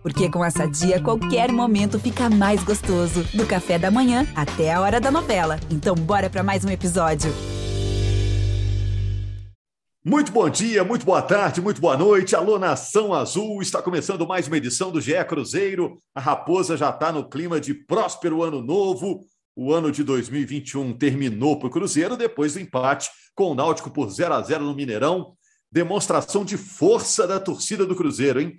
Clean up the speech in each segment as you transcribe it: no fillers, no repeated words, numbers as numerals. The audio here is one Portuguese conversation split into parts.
Porque com a Sadia, qualquer momento fica mais gostoso. Do café da manhã até a hora da novela. Então bora para mais um episódio. Muito bom dia, muito boa tarde, muito boa noite. Alô, Nação Azul, está começando mais uma edição do GE Cruzeiro. A Raposa já está no clima de próspero ano novo. O ano de 2021 terminou para o Cruzeiro depois do empate com o Náutico por 0-0 no Mineirão. Demonstração de força da torcida do Cruzeiro, hein?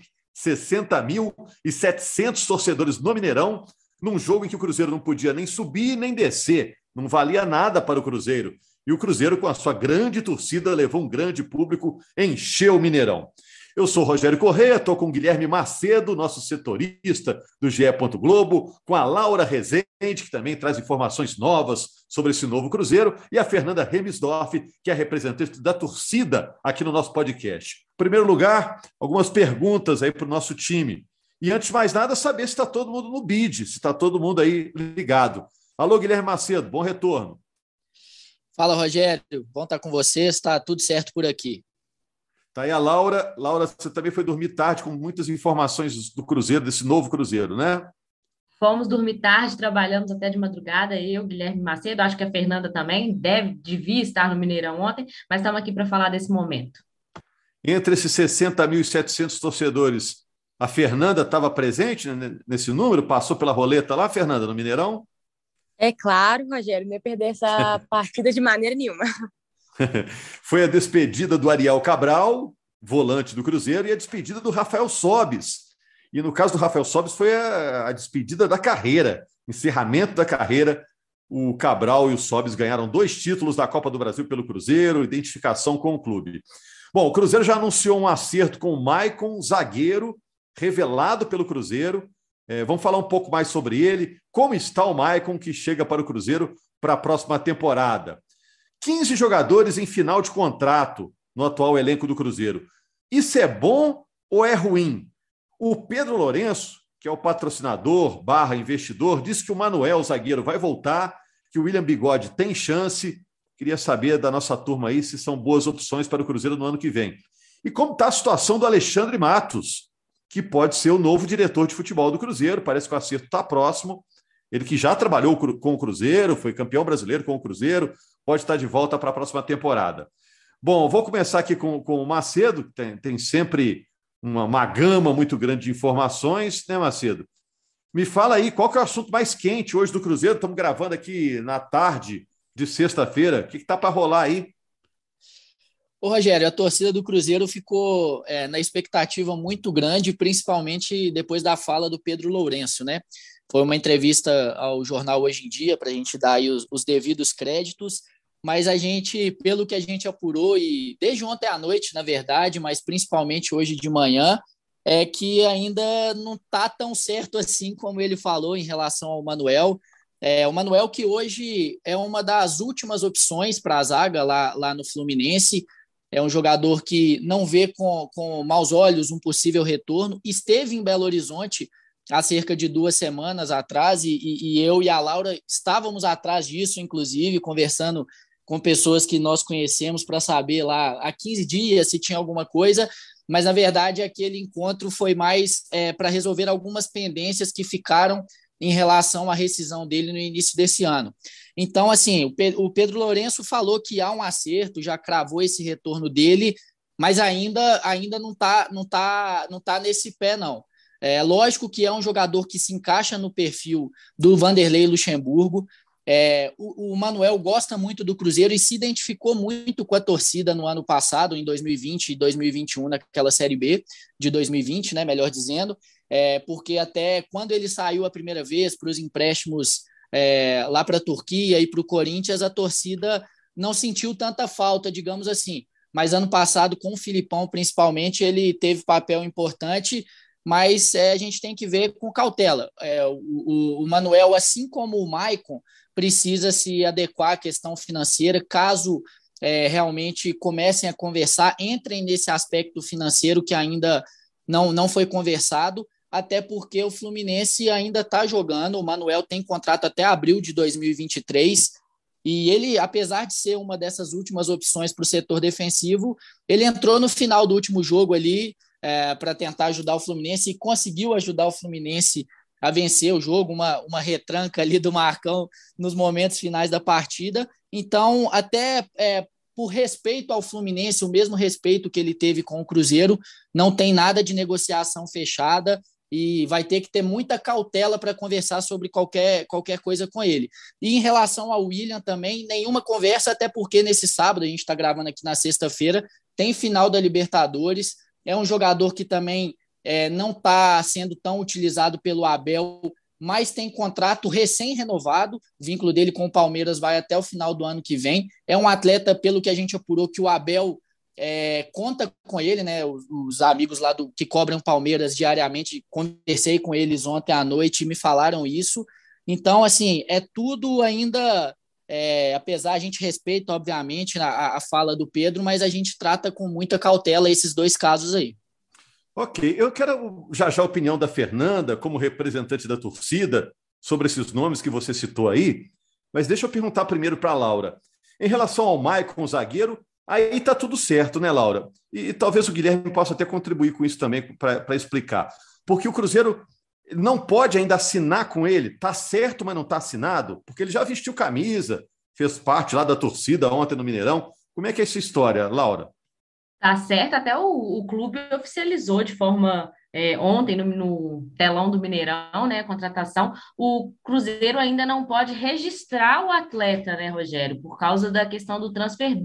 60.700 torcedores no Mineirão, num jogo em que o Cruzeiro não podia nem subir nem descer. Não valia nada para o Cruzeiro. E o Cruzeiro, com a sua grande torcida, levou um grande público, encheu o Mineirão. Eu sou Rogério Corrêa, estou com o Guilherme Macedo, nosso setorista do GE. Globo, com a Laura Rezende, que também traz informações novas sobre esse novo Cruzeiro, e a Fernanda Remisdorf, que é a representante da torcida aqui no nosso podcast. Em primeiro lugar, algumas perguntas aí para o nosso time. E antes de mais nada, saber se está todo mundo no bid, se está todo mundo aí ligado. Alô, Guilherme Macedo, bom retorno. Fala, Rogério. Bom estar com você. Está tudo certo por aqui. Tá aí a Laura. Laura, você também foi dormir tarde com muitas informações do Cruzeiro, desse novo Cruzeiro, né? Fomos dormir tarde, trabalhamos até de madrugada, eu, Guilherme Macedo, acho que a Fernanda também devia estar no Mineirão ontem, mas estamos aqui para falar desse momento. Entre esses 60.700 torcedores, a Fernanda estava presente nesse número? Passou pela roleta lá, Fernanda, no Mineirão? É claro, Rogério, não ia perder essa partida de maneira nenhuma. Foi a despedida do Ariel Cabral, volante do Cruzeiro, e a despedida do Rafael Sobis. E no caso do Rafael Sobis foi a despedida da carreira, encerramento da carreira. O Cabral e o Sobis ganharam 2 títulos da Copa do Brasil pelo Cruzeiro, identificação com o clube. Bom, o Cruzeiro já anunciou um acerto com o Maicon, zagueiro, revelado pelo Cruzeiro. Vamos falar um pouco mais sobre ele. Como está o Maicon, que chega para o Cruzeiro para a próxima temporada? 15 jogadores em final de contrato no atual elenco do Cruzeiro. Isso é bom ou é ruim? O Pedro Lourenço, que é o patrocinador / investidor, disse que o Manuel, zagueiro, vai voltar, que o William Bigode tem chance. Queria saber da nossa turma aí se são boas opções para o Cruzeiro no ano que vem. E como está a situação do Alexandre Matos, que pode ser o novo diretor de futebol do Cruzeiro. Parece que o acerto está próximo. Ele que já trabalhou com o Cruzeiro, foi campeão brasileiro com o Cruzeiro, pode estar de volta para a próxima temporada. Bom, vou começar aqui com o Macedo, que tem sempre uma gama muito grande de informações, né, Macedo? Me fala aí, qual que é o assunto mais quente hoje do Cruzeiro? Estamos gravando aqui na tarde de sexta-feira. O que está para rolar aí? Ô, Rogério, a torcida do Cruzeiro ficou na expectativa muito grande, principalmente depois da fala do Pedro Lourenço, né? Foi uma entrevista ao jornal Hoje em Dia, para a gente dar aí os devidos créditos, mas a gente, pelo que a gente apurou, e desde ontem à noite, na verdade, mas principalmente hoje de manhã, é que ainda não está tão certo assim como ele falou em relação ao Manuel. O Manuel, que hoje é uma das últimas opções para a zaga lá no Fluminense, é um jogador que não vê com maus olhos um possível retorno, esteve em Belo Horizonte há cerca de 2 semanas atrás, e eu e a Laura estávamos atrás disso, inclusive, conversando com pessoas que nós conhecemos para saber lá há 15 dias se tinha alguma coisa, mas, na verdade, aquele encontro foi mais para resolver algumas pendências que ficaram em relação à rescisão dele no início desse ano. Então, assim, o Pedro Lourenço falou que há um acerto, já cravou esse retorno dele, mas ainda não tá nesse pé, não. É lógico que é um jogador que se encaixa no perfil do Vanderlei Luxemburgo. O Manuel gosta muito do Cruzeiro e se identificou muito com a torcida no ano passado, em 2020 e 2021, naquela Série B de 2020, né, melhor dizendo, porque até quando ele saiu a primeira vez para os empréstimos lá para a Turquia e para o Corinthians, a torcida não sentiu tanta falta, digamos assim. Mas ano passado, com o Filipão principalmente, ele teve papel importante, mas a gente tem que ver com cautela. O Manuel, assim como o Maicon, precisa se adequar à questão financeira, caso realmente comecem a conversar, entrem nesse aspecto financeiro que ainda não foi conversado, até porque o Fluminense ainda está jogando, o Manuel tem contrato até abril de 2023, e ele, apesar de ser uma dessas últimas opções para o setor defensivo, ele entrou no final do último jogo ali, para tentar ajudar o Fluminense e conseguiu ajudar o Fluminense a vencer o jogo, uma retranca ali do Marcão nos momentos finais da partida. Então, até por respeito ao Fluminense, o mesmo respeito que ele teve com o Cruzeiro, não tem nada de negociação fechada e vai ter que ter muita cautela para conversar sobre qualquer coisa com ele. E em relação ao William também, nenhuma conversa, até porque nesse sábado, a gente está gravando aqui na sexta-feira, tem final da Libertadores, é um jogador que também não está sendo tão utilizado pelo Abel, mas tem contrato recém-renovado, o vínculo dele com o Palmeiras vai até o final do ano que vem, é um atleta, pelo que a gente apurou, que o Abel conta com ele, né? Os amigos lá que cobram Palmeiras diariamente, conversei com eles ontem à noite e me falaram isso. Então, assim, é tudo ainda, apesar a gente respeita, obviamente, a fala do Pedro, mas a gente trata com muita cautela esses dois casos aí. Ok, eu quero já a opinião da Fernanda, como representante da torcida, sobre esses nomes que você citou aí, mas deixa eu perguntar primeiro para a Laura. Em relação ao Maicon, o zagueiro, aí está tudo certo, né, Laura? E talvez o Guilherme possa até contribuir com isso também para explicar. Porque o Cruzeiro não pode ainda assinar com ele, está certo, mas não está assinado, porque ele já vestiu camisa, fez parte lá da torcida ontem no Mineirão. Como é que é essa história, Laura? Tá certo, até o clube oficializou de forma ontem no telão do Mineirão, né, a contratação. O Cruzeiro ainda não pode registrar o atleta, né, Rogério, por causa da questão do transfer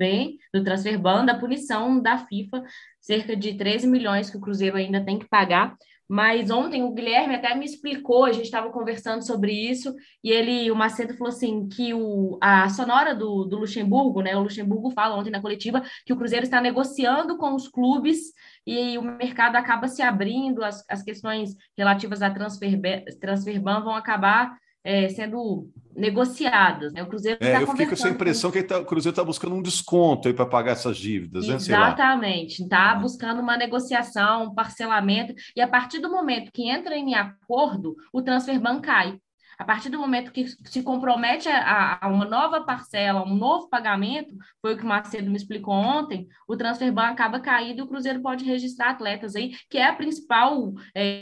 ban, da punição da FIFA, cerca de 13 milhões que o Cruzeiro ainda tem que pagar. Mas ontem o Guilherme até me explicou, a gente estava conversando sobre isso, e o Macedo falou assim, que a sonora do Luxemburgo, né? O Luxemburgo fala ontem na coletiva que o Cruzeiro está negociando com os clubes e o mercado acaba se abrindo, as questões relativas a transfer ban vão acabar sendo negociadas, né? O Cruzeiro está eu fiquei com essa impressão que o Cruzeiro está buscando um desconto aí para pagar essas dívidas, né? Exatamente, está buscando uma negociação, um parcelamento, e a partir do momento que entra em acordo, o transfer ban cai. A partir do momento que se compromete a uma nova parcela, um novo pagamento, foi o que o Macedo me explicou ontem, o transfer ban acaba caindo e o Cruzeiro pode registrar atletas aí, que é a principal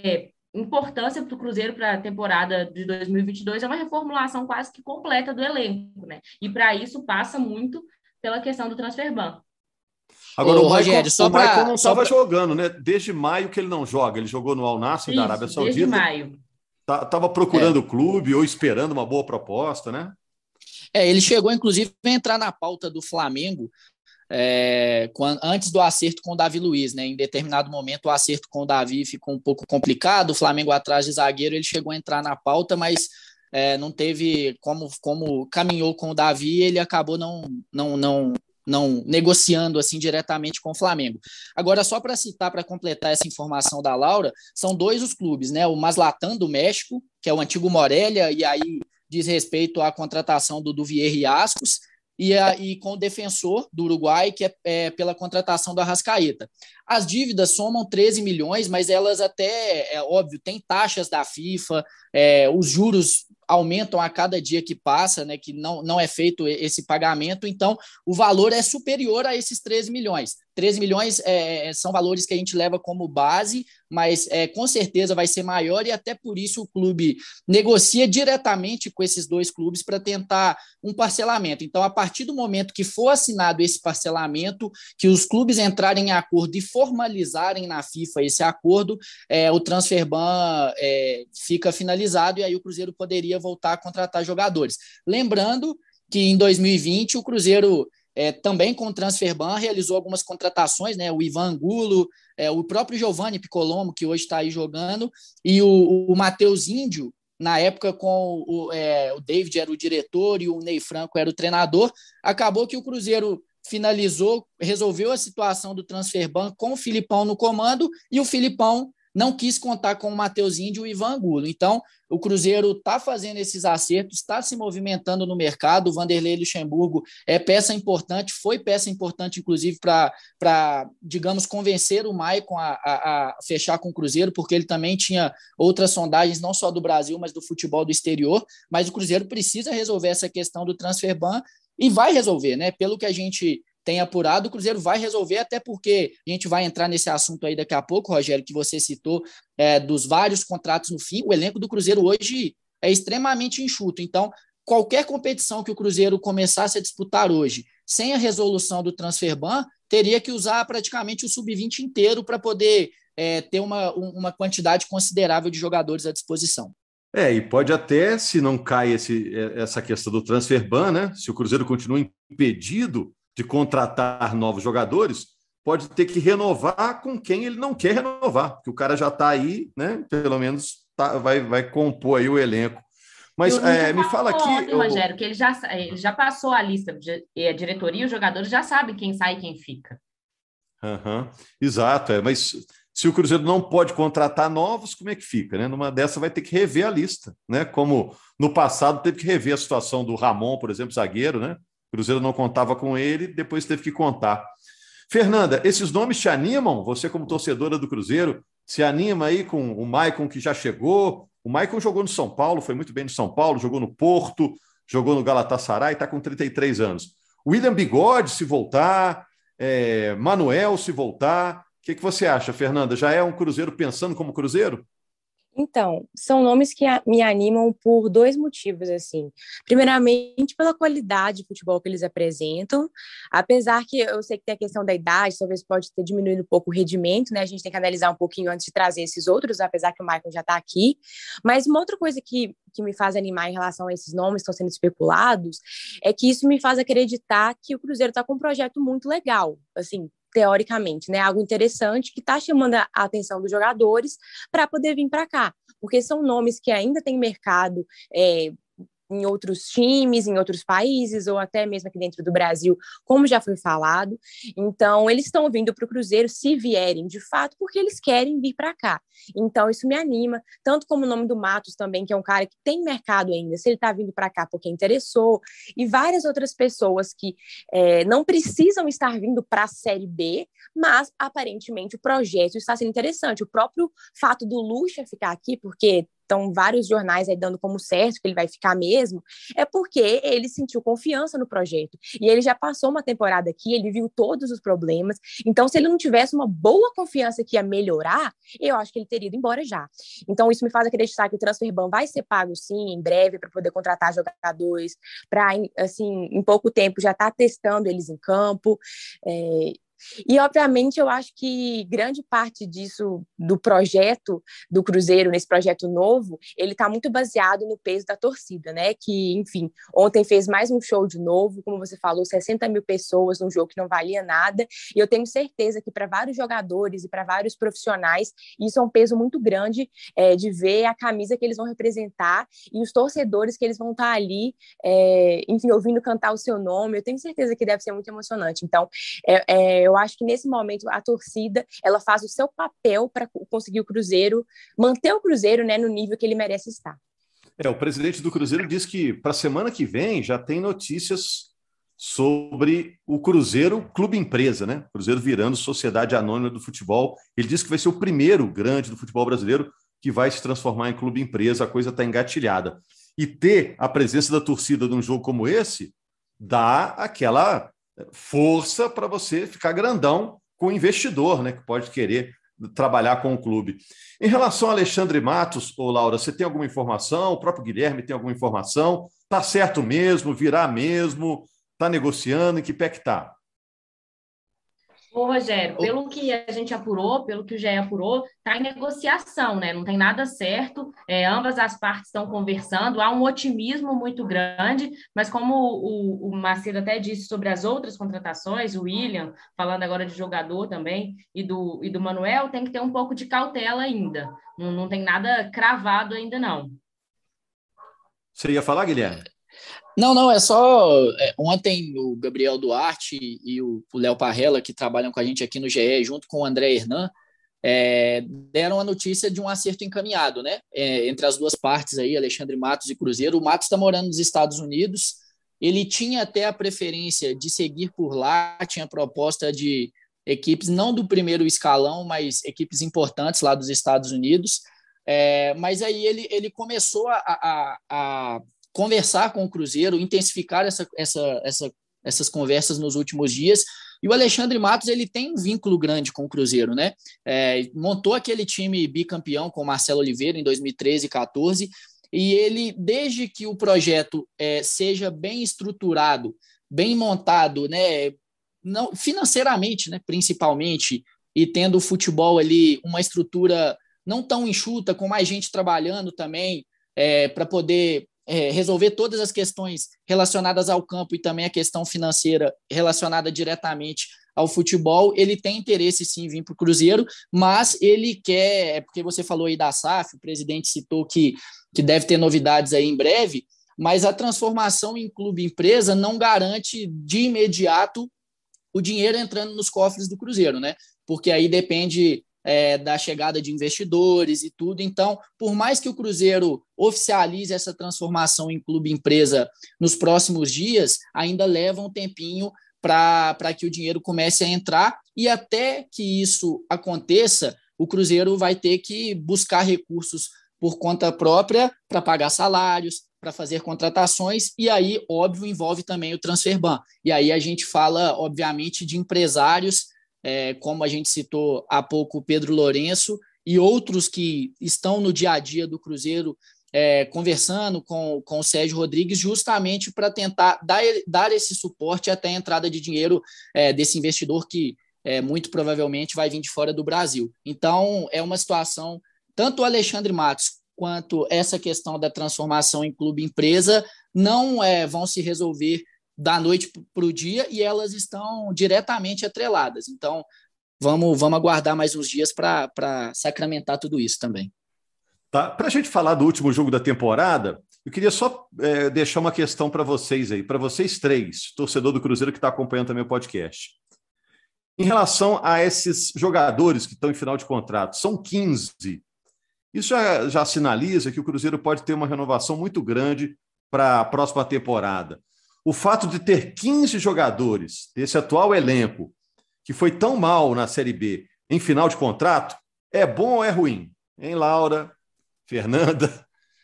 importância para o Cruzeiro para a temporada de 2022, é uma reformulação quase que completa do elenco, né? E para isso passa muito pela questão do transfer ban. Agora, o Maicon não estava jogando, né? Desde maio que ele não joga. Ele jogou no Al Nassr da Arábia Saudita. Desde maio. Estava procurando o clube ou esperando uma boa proposta, né? Ele chegou, inclusive, a entrar na pauta do Flamengo antes do acerto com o Davi Luiz, né? Em determinado momento, o acerto com o Davi ficou um pouco complicado. O Flamengo atrás de zagueiro, ele chegou a entrar na pauta, mas não teve como caminhou com o Davi, ele acabou não negociando assim diretamente com o Flamengo. Agora, só para citar, para completar essa informação da Laura, são dois os clubes, né? O Mazatlán do México, que é o antigo Morelia, e aí diz respeito à contratação do Duvier e Ascos, e com o Defensor do Uruguai, que é pela contratação do Arrascaeta. As dívidas somam 13 milhões, mas elas até, óbvio, tem taxas da FIFA, os juros aumentam a cada dia que passa, né, que não é feito esse pagamento, então o valor é superior a esses 13 milhões. 13 milhões são valores que a gente leva como base, mas com certeza vai ser maior e até por isso o clube negocia diretamente com esses dois clubes para tentar um parcelamento. Então, a partir do momento que for assinado esse parcelamento, que os clubes entrarem em acordo e formalizarem na FIFA esse acordo, o transfer ban fica finalizado e aí o Cruzeiro poderia voltar a contratar jogadores. Lembrando que em 2020 o Cruzeiro também com o transfer ban realizou algumas contratações, né? O Ivan Angulo, o próprio Giovanni Piccolomo, que hoje está aí jogando, e o Matheus Índio, na época com o David era o diretor e o Ney Franco era o treinador. Acabou que o Cruzeiro resolveu a situação do transfer ban com o Filipão no comando e o Filipão não quis contar com o Matheus Índio e o Ivan Angulo. Então, o Cruzeiro está fazendo esses acertos, está se movimentando no mercado. O Vanderlei Luxemburgo foi peça importante, inclusive, para, digamos, convencer o Maicon a fechar com o Cruzeiro, porque ele também tinha outras sondagens, não só do Brasil, mas do futebol do exterior. Mas o Cruzeiro precisa resolver essa questão do transfer ban e vai resolver, né? Pelo que a gente tem apurado, o Cruzeiro vai resolver, até porque a gente vai entrar nesse assunto aí daqui a pouco, Rogério, que você citou, dos vários contratos no fim. O elenco do Cruzeiro hoje é extremamente enxuto. Então, qualquer competição que o Cruzeiro começasse a disputar hoje, sem a resolução do transfer ban, teria que usar praticamente o sub-20 inteiro para poder ter uma quantidade considerável de jogadores à disposição. E pode até, se não cai essa questão do transfer ban, né? Se o Cruzeiro continua impedido de contratar novos jogadores, pode ter que renovar com quem ele não quer renovar, porque o cara já está aí, né? Pelo menos vai compor aí o elenco. Mas me fala aqui... Ontem, Rogério, que ele já passou a lista, a diretoria e os jogadores já sabem quem sai e quem fica. Exato, mas se o Cruzeiro não pode contratar novos, como é que fica? Né? Numa dessa vai ter que rever a lista, né? Como no passado teve que rever a situação do Ramon, por exemplo, zagueiro, né? O Cruzeiro não contava com ele, depois teve que contar. Fernanda, esses nomes te animam? Você, como torcedora do Cruzeiro, se anima aí com o Maicon, que já chegou? O Maicon jogou no São Paulo, foi muito bem no São Paulo, jogou no Porto, jogou no Galatasaray, está com 33 anos. William Bigode, se voltar, Manuel, se voltar. O que você acha, Fernanda? Já é um Cruzeiro pensando como Cruzeiro? Então, são nomes que me animam por dois motivos, assim. Primeiramente, pela qualidade de futebol que eles apresentam, apesar que eu sei que tem a questão da idade, talvez pode ter diminuído um pouco o rendimento, né? A gente tem que analisar um pouquinho antes de trazer esses outros, apesar que o Maicon já está aqui. Mas uma outra coisa que me faz animar em relação a esses nomes que estão sendo especulados é que isso me faz acreditar que o Cruzeiro está com um projeto muito legal, assim, teoricamente, né? Algo interessante que está chamando a atenção dos jogadores para poder vir para cá, porque são nomes que ainda têm mercado em outros times, em outros países, ou até mesmo aqui dentro do Brasil, como já foi falado. Então, eles estão vindo para o Cruzeiro, se vierem, de fato, porque eles querem vir para cá. Então, isso me anima, tanto como o nome do Matos também, que é um cara que tem mercado ainda, se ele está vindo para cá porque interessou, e várias outras pessoas que não precisam estar vindo para a Série B, mas, aparentemente, o projeto está sendo interessante. O próprio fato do Lucha ficar aqui, porque estão vários jornais aí dando como certo que ele vai ficar mesmo, é porque ele sentiu confiança no projeto. E ele já passou uma temporada aqui, ele viu todos os problemas. Então, se ele não tivesse uma boa confiança que ia melhorar, eu acho que ele teria ido embora já. Então, isso me faz acreditar que o transfer ban vai ser pago, sim, em breve, para poder contratar jogadores, para, assim, em pouco tempo já estar testando eles em campo. E, obviamente, eu acho que grande parte disso, do projeto do Cruzeiro, nesse projeto novo, ele está muito baseado no peso da torcida, né? Que, enfim, ontem fez mais um show de novo, como você falou, 60 mil pessoas num jogo que não valia nada, e eu tenho certeza que para vários jogadores e para vários profissionais, isso é um peso muito grande de ver a camisa que eles vão representar e os torcedores que eles vão estar ali, enfim, ouvindo cantar o seu nome. Eu tenho certeza que deve ser muito emocionante. Então, eu acho que nesse momento a torcida ela faz o seu papel para conseguir manter o Cruzeiro, né, no nível que ele merece estar. O presidente do Cruzeiro diz que para a semana que vem já tem notícias sobre o Cruzeiro Clube Empresa, né? O Cruzeiro virando sociedade anônima do futebol. Ele disse que vai ser o primeiro grande do futebol brasileiro que vai se transformar em clube empresa. A coisa está engatilhada. E ter a presença da torcida num jogo como esse dá aquela força para você ficar grandão com o investidor, né, que pode querer trabalhar com o clube. Em relação a Alexandre Matos, Laura, você tem alguma informação? O próprio Guilherme tem alguma informação? Está certo mesmo? Virá mesmo? Está negociando? Em que pé que está? Ô, Rogério, pelo que a gente apurou, pelo que o GE apurou, está em negociação, né? Não tem nada certo, ambas as partes estão conversando, há um otimismo muito grande, mas como o Macedo até disse sobre as outras contratações, o William, falando agora de jogador também, e do Manuel, tem que ter um pouco de cautela ainda. Não tem nada cravado ainda, não. Você ia falar, Guilherme? Não, é só... Ontem o Gabriel Duarte e o Léo Parrella, que trabalham com a gente aqui no GE, junto com o André Hernan, deram a notícia de um acerto encaminhado, né? Entre as duas partes aí, Alexandre Matos e Cruzeiro. O Matos está morando nos Estados Unidos, ele tinha até a preferência de seguir por lá, tinha proposta de equipes, não do primeiro escalão, mas equipes importantes lá dos Estados Unidos, mas aí ele começou a conversar com o Cruzeiro, intensificar essa essas conversas nos últimos dias. E o Alexandre Matos, ele tem um vínculo grande com o Cruzeiro, né? Montou aquele time bicampeão com o Marcelo Oliveira em 2013 e 2014, e ele, desde que o projeto seja bem estruturado, bem montado, né, não, financeiramente, né, principalmente, e tendo o futebol ali uma estrutura não tão enxuta, com mais gente trabalhando também, para poder resolver todas as questões relacionadas ao campo e também a questão financeira relacionada diretamente ao futebol, ele tem interesse sim em vir para o Cruzeiro, mas ele quer, porque você falou aí da SAF, o presidente citou que deve ter novidades aí em breve, mas a transformação em clube-empresa não garante de imediato o dinheiro entrando nos cofres do Cruzeiro, né? Porque aí depende da chegada de investidores e tudo. Então, por mais que o Cruzeiro oficialize essa transformação em clube-empresa nos próximos dias, ainda leva um tempinho para que o dinheiro comece a entrar, e até que isso aconteça, o Cruzeiro vai ter que buscar recursos por conta própria para pagar salários, para fazer contratações, e aí, óbvio, envolve também o Transferban. E aí a gente fala, obviamente, de empresários, como a gente citou há pouco, o Pedro Lourenço, e outros que estão no dia a dia do Cruzeiro, conversando com o Sérgio Rodrigues, justamente para tentar dar esse suporte até a entrada de dinheiro desse investidor que muito provavelmente vai vir de fora do Brasil. Então, é uma situação, tanto o Alexandre Matos quanto essa questão da transformação em clube-empresa não vão se resolver da noite para o dia, e elas estão diretamente atreladas. Então, vamos aguardar mais uns dias para sacramentar tudo isso também. Tá. Para a gente falar do último jogo da temporada, eu queria só deixar uma questão para vocês aí, para vocês três, torcedor do Cruzeiro que está acompanhando também o podcast. Em relação a esses jogadores que estão em final de contrato, são 15. Isso já sinaliza que o Cruzeiro pode ter uma renovação muito grande para a próxima temporada. O fato de ter 15 jogadores desse atual elenco, que foi tão mal na Série B, em final de contrato, é bom ou é ruim? Hein, Laura? Fernanda?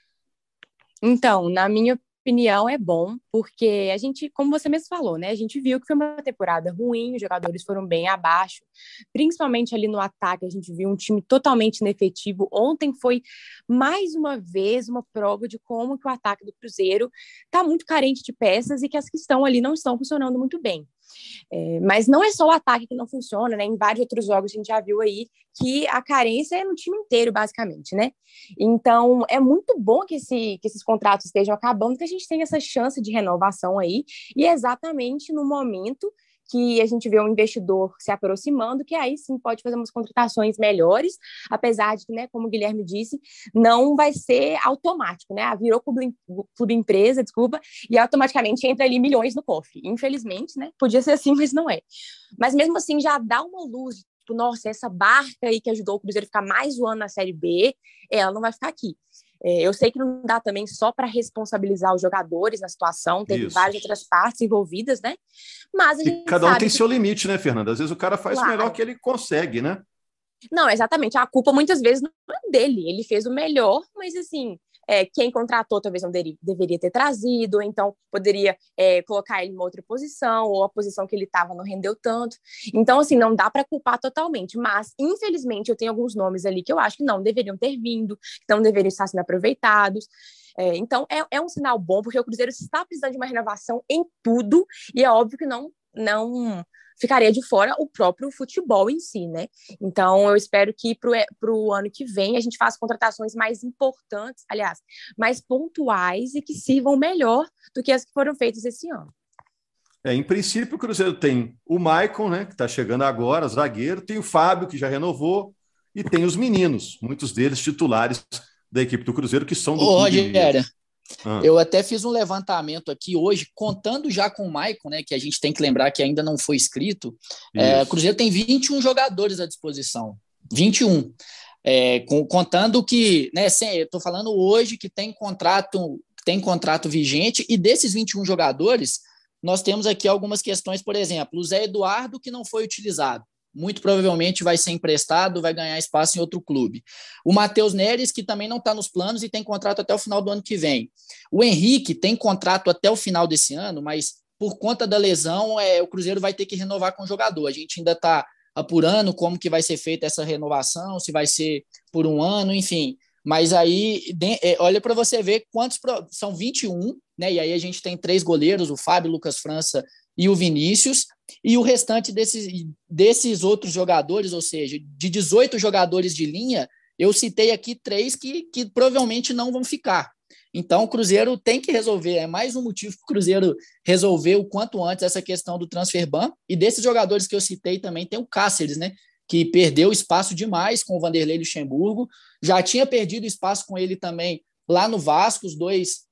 Então, na minha opinião, é bom, porque a gente, como você mesmo falou, né? A gente viu que foi uma temporada ruim, os jogadores foram bem abaixo, principalmente ali no ataque, a gente viu um time totalmente inefetivo. Ontem foi, mais uma vez, uma prova de como que o ataque do Cruzeiro está muito carente de peças e que as que estão ali não estão funcionando muito bem. Mas não é só o ataque que não funciona, né? Em vários outros jogos a gente já viu aí que a carência é no time inteiro, basicamente, né? Então, é muito bom que esses contratos estejam acabando, que a gente tem essa chance de renovação aí, e é exatamente no momento que a gente vê um investidor se aproximando, que aí sim pode fazer umas contratações melhores, apesar de que, né, como o Guilherme disse, não vai ser automático, né? Virou clube empresa, desculpa, e automaticamente entra ali milhões no cofre. Infelizmente, né? Podia ser assim, mas não é. Mas mesmo assim já dá uma luz, tipo, nossa, essa barca aí que ajudou o Cruzeiro a ficar mais um ano na Série B, ela não vai ficar aqui. Eu sei que não dá também só para responsabilizar os jogadores na situação, tem várias outras partes envolvidas, né? Mas a gente cada um tem seu limite, né, Fernanda? Às vezes o cara faz o melhor que ele consegue, né? Não, exatamente. A culpa muitas vezes não é dele. Ele fez o melhor, mas assim, quem contratou talvez não deveria ter trazido, ou então poderia colocar ele em uma outra posição, ou a posição que ele estava não rendeu tanto. Então, assim, não dá para culpar totalmente, mas, infelizmente, eu tenho alguns nomes ali que eu acho que não deveriam ter vindo, que não deveriam estar sendo aproveitados. Então, é um sinal bom, porque o Cruzeiro está precisando de uma renovação em tudo, e é óbvio que não ficaria de fora o próprio futebol em si, né? Então, eu espero que para o ano que vem a gente faça contratações mais importantes, aliás, mais pontuais e que sirvam melhor do que as que foram feitas esse ano. Em princípio, o Cruzeiro tem o Maicon, né, que está chegando agora, zagueiro, tem o Fábio, que já renovou, e tem os meninos, muitos deles titulares da equipe do Cruzeiro, que são do clube. Rogério, eu até fiz um levantamento aqui hoje, contando já com o Maicon, né, que a gente tem que lembrar que ainda não foi inscrito. O Cruzeiro tem 21 jogadores à disposição. 21. Contando que, né, eu estou falando hoje que tem contrato vigente, e desses 21 jogadores, nós temos aqui algumas questões, por exemplo, o Zé Eduardo, que não foi utilizado. Muito provavelmente vai ser emprestado, vai ganhar espaço em outro clube. O Matheus Neres, que também não está nos planos e tem contrato até o final do ano que vem. O Henrique tem contrato até o final desse ano, mas por conta da lesão, o Cruzeiro vai ter que renovar com o jogador. A gente ainda está apurando como que vai ser feita essa renovação, se vai ser por um ano, enfim. Mas aí, olha para você ver quantos... São 21, né? E aí a gente tem 3 goleiros, o Fábio, o Lucas França e o Vinícius, e o restante desses outros jogadores, ou seja, de 18 jogadores de linha, eu citei aqui 3 que provavelmente não vão ficar. Então, o Cruzeiro tem que resolver, é mais um motivo para o Cruzeiro resolver o quanto antes essa questão do transfer ban, e desses jogadores que eu citei também tem o Cáceres, né, que perdeu espaço demais com o Vanderlei Luxemburgo, já tinha perdido espaço com ele também lá no Vasco, os dois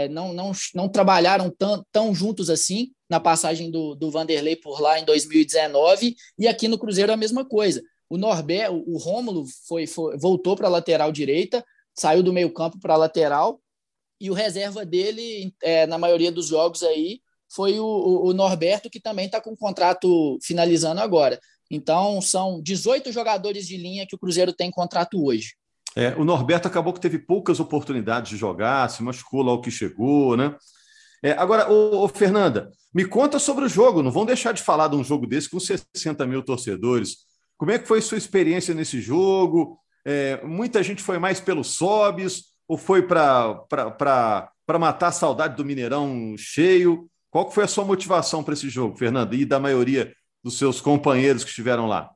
não trabalharam tão juntos assim na passagem do Vanderlei por lá em 2019, e aqui no Cruzeiro a mesma coisa. O Norberto, o Rômulo voltou para a lateral direita, saiu do meio campo para a lateral, e o reserva dele, na maioria dos jogos aí, foi o Norberto, que também está com o contrato finalizando agora. Então, são 18 jogadores de linha que o Cruzeiro tem contrato hoje. O Norberto acabou que teve poucas oportunidades de jogar, se machucou lá o que chegou, né? Agora, Fernanda, me conta sobre o jogo. Não vão deixar de falar de um jogo desse com 60 mil torcedores. Como é que foi sua experiência nesse jogo? Muita gente foi mais pelo Sobis ou foi para matar a saudade do Mineirão cheio? Qual que foi a sua motivação para esse jogo, Fernanda, e da maioria dos seus companheiros que estiveram lá?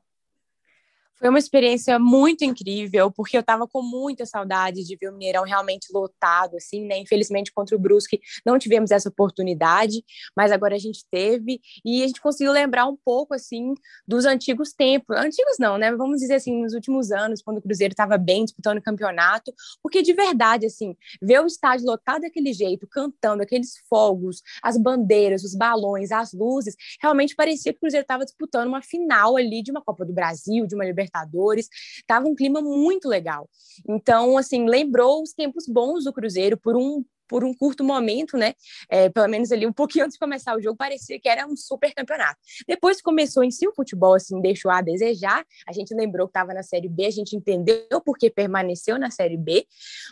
Foi uma experiência muito incrível, porque eu estava com muita saudade de ver o Mineirão realmente lotado, assim, né? Infelizmente, contra o Brusque, não tivemos essa oportunidade, mas agora a gente teve, e a gente conseguiu lembrar um pouco, assim, dos antigos tempos. Antigos não, né? Vamos dizer assim, nos últimos anos, quando o Cruzeiro estava bem, disputando o campeonato, porque de verdade, assim, ver o estádio lotado daquele jeito, cantando, aqueles fogos, as bandeiras, os balões, as luzes, realmente parecia que o Cruzeiro estava disputando uma final ali de uma Copa do Brasil, de uma Libertadores, tava um clima muito legal. Então, assim, lembrou os tempos bons do Cruzeiro por um curto momento, né? Pelo menos ali um pouquinho antes de começar o jogo, parecia que era um super campeonato. Depois que começou em si o futebol, assim, deixou a desejar, a gente lembrou que estava na Série B, a gente entendeu porque permaneceu na Série B,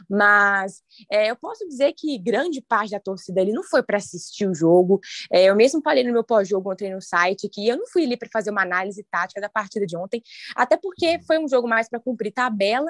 mas eu posso dizer que grande parte da torcida ali não foi para assistir o jogo. Eu mesmo falei no meu pós-jogo ontem no site que eu não fui ali para fazer uma análise tática da partida de ontem, até porque foi um jogo mais para cumprir tabela,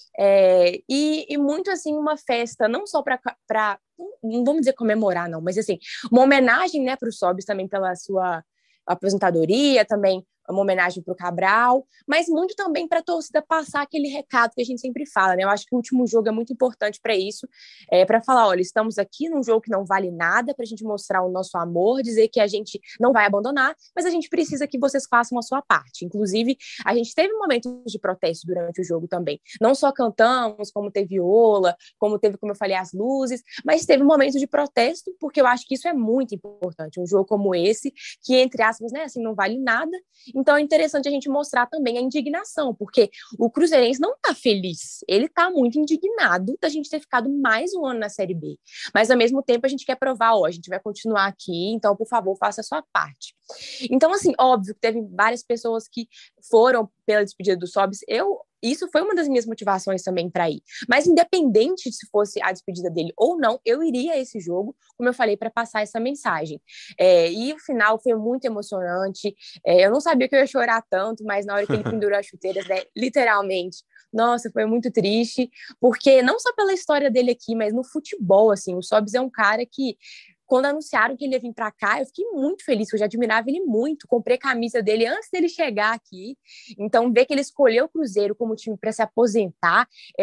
e muito assim uma festa, não só para não vamos dizer comemorar, não, mas assim, uma homenagem, né, para o Sobis também pela sua aposentadoria, também uma homenagem para o Cabral, mas muito também para a torcida passar aquele recado que a gente sempre fala, né? Eu acho que o último jogo é muito importante para isso, para falar, olha, estamos aqui num jogo que não vale nada, para a gente mostrar o nosso amor, dizer que a gente não vai abandonar, mas a gente precisa que vocês façam a sua parte. Inclusive, a gente teve momentos de protesto durante o jogo também. Não só cantamos, como teve viola, como teve, como eu falei, as luzes, mas teve momentos de protesto, porque eu acho que isso é muito importante. Um jogo como esse, que, entre aspas, né, assim, não vale nada. Então é interessante a gente mostrar também a indignação, porque o cruzeirense não está feliz, ele está muito indignado da gente ter ficado mais um ano na Série B, mas ao mesmo tempo a gente quer provar, a gente vai continuar aqui, então por favor faça a sua parte. Então assim, óbvio que teve várias pessoas que foram pela despedida do Sobis, isso foi uma das minhas motivações também para ir. Mas independente se fosse a despedida dele ou não, eu iria a esse jogo, como eu falei, para passar essa mensagem. E o final foi muito emocionante. Eu não sabia que eu ia chorar tanto, mas na hora que ele pendurou as chuteiras, né, literalmente, nossa, foi muito triste, porque não só pela história dele aqui, mas no futebol, assim, o Sobis é um cara que, quando anunciaram que ele ia vir para cá, eu fiquei muito feliz, eu já admirava ele muito, comprei camisa dele antes dele chegar aqui, então ver que ele escolheu o Cruzeiro como time para se aposentar é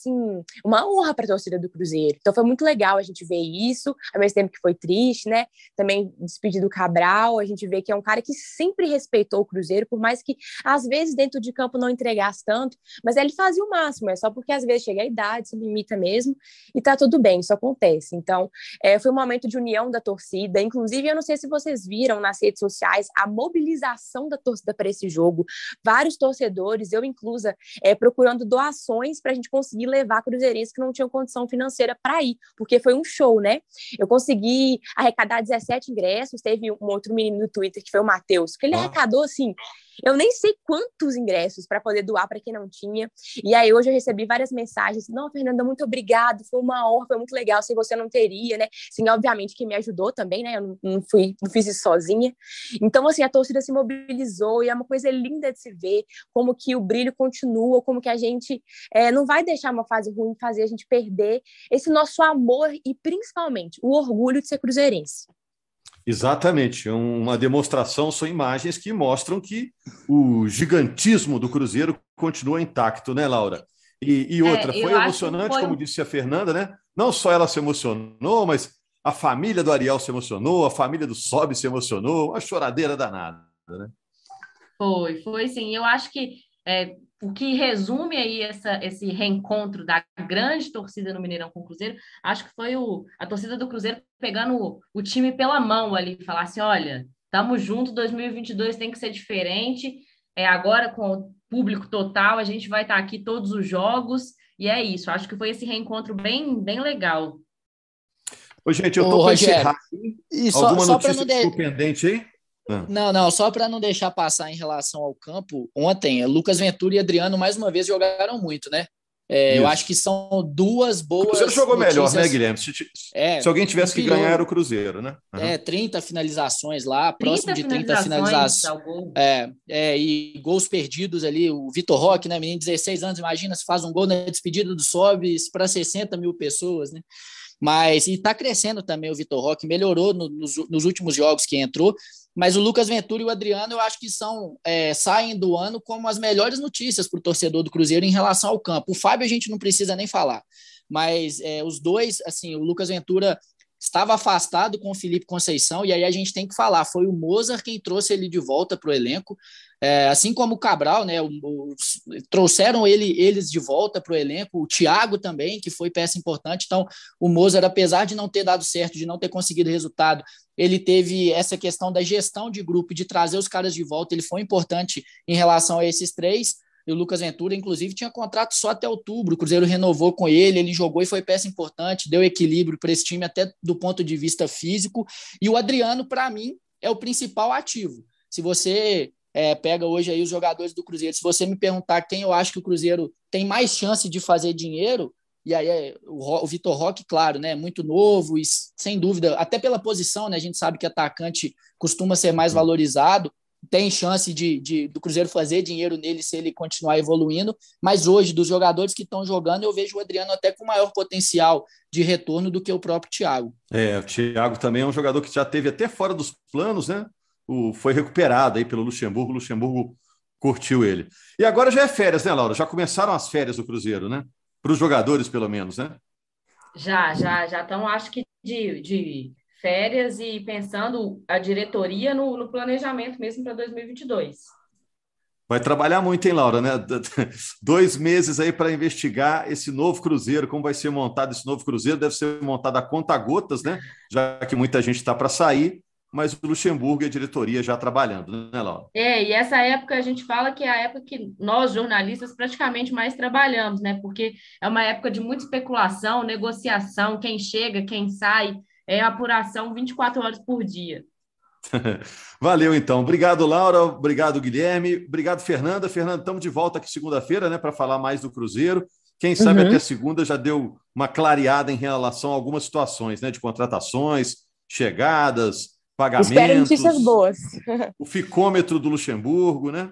uma honra para a torcida do Cruzeiro, então foi muito legal a gente ver isso, ao mesmo tempo que foi triste, né, também despedir do Cabral, a gente vê que é um cara que sempre respeitou o Cruzeiro, por mais que às vezes dentro de campo não entregasse tanto, mas ele fazia o máximo, é só porque às vezes chega a idade, se limita mesmo, e tá tudo bem, isso acontece, então foi um momento de união da torcida, inclusive eu não sei se vocês viram nas redes sociais a mobilização da torcida para esse jogo, vários torcedores, eu inclusa, procurando doações para a gente conseguir levar cruzeirenses que não tinham condição financeira para ir, porque foi um show, né? Eu consegui arrecadar 17 ingressos, teve um outro menino no Twitter que foi o Matheus, que ele arrecadou assim Eu nem sei quantos ingressos para poder doar para quem não tinha. E aí hoje eu recebi várias mensagens. Não, Fernanda, muito obrigado. Foi uma honra, foi muito legal. Sem você não teria, né? Sim, obviamente que me ajudou também, né? Eu não fiz isso sozinha. Então, assim, a torcida se mobilizou e é uma coisa linda de se ver como que o brilho continua, como que a gente não vai deixar uma fase ruim fazer a gente perder esse nosso amor e, principalmente, o orgulho de ser cruzeirense. Exatamente, uma demonstração, são imagens que mostram que o gigantismo do Cruzeiro continua intacto, né, Laura? E outra, foi emocionante, como disse a Fernanda, né? Não só ela se emocionou, mas a família do Ariel se emocionou, a família do Sobe se emocionou, uma choradeira danada, né? Foi sim. Eu acho que o que resume aí esse reencontro da grande torcida no Mineirão com o Cruzeiro, acho que foi a torcida do Cruzeiro pegando o time pela mão ali, e falar assim, olha, estamos juntos, 2022 tem que ser diferente, agora com o público total, a gente vai estar aqui todos os jogos, e é isso. Acho que foi esse reencontro bem, bem legal. Ô, gente, eu estou para encerrar. Alguma notícia que ficou pendente aí? Não, só para não deixar passar em relação ao campo, ontem, Lucas Ventura e Adriano, mais uma vez, jogaram muito, né? Eu acho que são duas boas. O Cruzeiro jogou melhor, né, Guilherme? Se alguém tivesse que ganhar, era o Cruzeiro, né? 30 finalizações lá, próximo de 30 finalizações. E gols perdidos ali. O Vitor Roque, né, menino de 16 anos, imagina se faz um gol na despedida do Sobis para 60 mil pessoas, né? Mas, e está crescendo também o Vitor Roque, melhorou nos últimos jogos que entrou, mas o Lucas Ventura e o Adriano eu acho que saem do ano como as melhores notícias para o torcedor do Cruzeiro em relação ao campo. O Fábio a gente não precisa nem falar, mas os dois, assim, o Lucas Ventura estava afastado com o Felipe Conceição, e aí a gente tem que falar, foi o Mozart quem trouxe ele de volta para o elenco, assim como o Cabral, né, trouxeram eles de volta para o elenco, o Thiago também, que foi peça importante. Então o Mozart, apesar de não ter dado certo, de não ter conseguido resultado, ele teve essa questão da gestão de grupo, de trazer os caras de volta, ele foi importante em relação a esses três. E o Lucas Ventura, inclusive, tinha contrato só até outubro. O Cruzeiro renovou com ele jogou e foi peça importante, deu equilíbrio para esse time até do ponto de vista físico. E o Adriano, para mim, é o principal ativo. Se você pega hoje aí os jogadores do Cruzeiro, se você me perguntar quem eu acho que o Cruzeiro tem mais chance de fazer dinheiro, e aí o Vitor Roque, claro, né, muito novo e sem dúvida, até pela posição, né, a gente sabe que atacante costuma ser mais valorizado, tem chance do Cruzeiro fazer dinheiro nele se ele continuar evoluindo, mas hoje, dos jogadores que estão jogando, eu vejo o Adriano até com maior potencial de retorno do que o próprio Thiago. O Thiago também é um jogador que já teve até fora dos planos, né? Foi recuperado aí pelo Luxemburgo, o Luxemburgo curtiu ele. E agora já é férias, né, Laura? Já começaram as férias do Cruzeiro, né? Para os jogadores, pelo menos, né? Já estão, acho que de férias e pensando a diretoria no planejamento mesmo para 2022. Vai trabalhar muito, hein, Laura, né? 2 meses aí para investigar esse novo Cruzeiro, como vai ser montado esse novo Cruzeiro, deve ser montado a conta-gotas, né? Já que muita gente está para sair, mas o Luxemburgo e a diretoria já trabalhando, né, Laura? E essa época a gente fala que é a época que nós, jornalistas, praticamente mais trabalhamos, né? Porque é uma época de muita especulação, negociação, quem chega, quem sai, apuração 24 horas por dia. Valeu, então. Obrigado, Laura. Obrigado, Guilherme. Obrigado, Fernanda. Fernanda, estamos de volta aqui segunda-feira, né, para falar mais do Cruzeiro. Quem sabe até segunda já deu uma clareada em relação a algumas situações, né, de contratações, chegadas, pagamentos. Espero notícias boas. O ficômetro do Luxemburgo, né?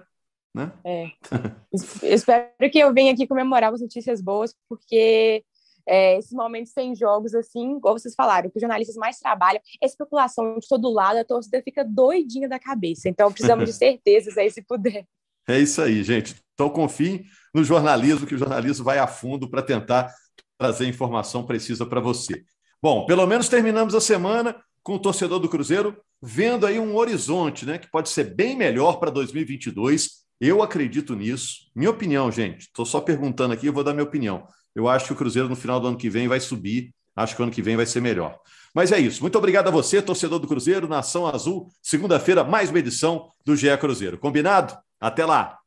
Espero que eu venha aqui comemorar as notícias boas, porque esses momentos sem jogos, assim, igual vocês falaram, que os jornalistas mais trabalham, especulação de todo lado, a torcida fica doidinha da cabeça. Então, precisamos de certezas aí, se puder. É isso aí, gente. Então, confiem no jornalismo, que o jornalismo vai a fundo para tentar trazer informação precisa para você. Bom, pelo menos terminamos a semana com o torcedor do Cruzeiro vendo aí um horizonte, né, que pode ser bem melhor para 2022. Eu acredito nisso. Minha opinião, gente. Estou só perguntando aqui, eu vou dar minha opinião. Eu acho que o Cruzeiro no final do ano que vem vai subir. Acho que o ano que vem vai ser melhor. Mas é isso. Muito obrigado a você, torcedor do Cruzeiro, Nação Azul. Segunda-feira, mais uma edição do GE Cruzeiro. Combinado? Até lá!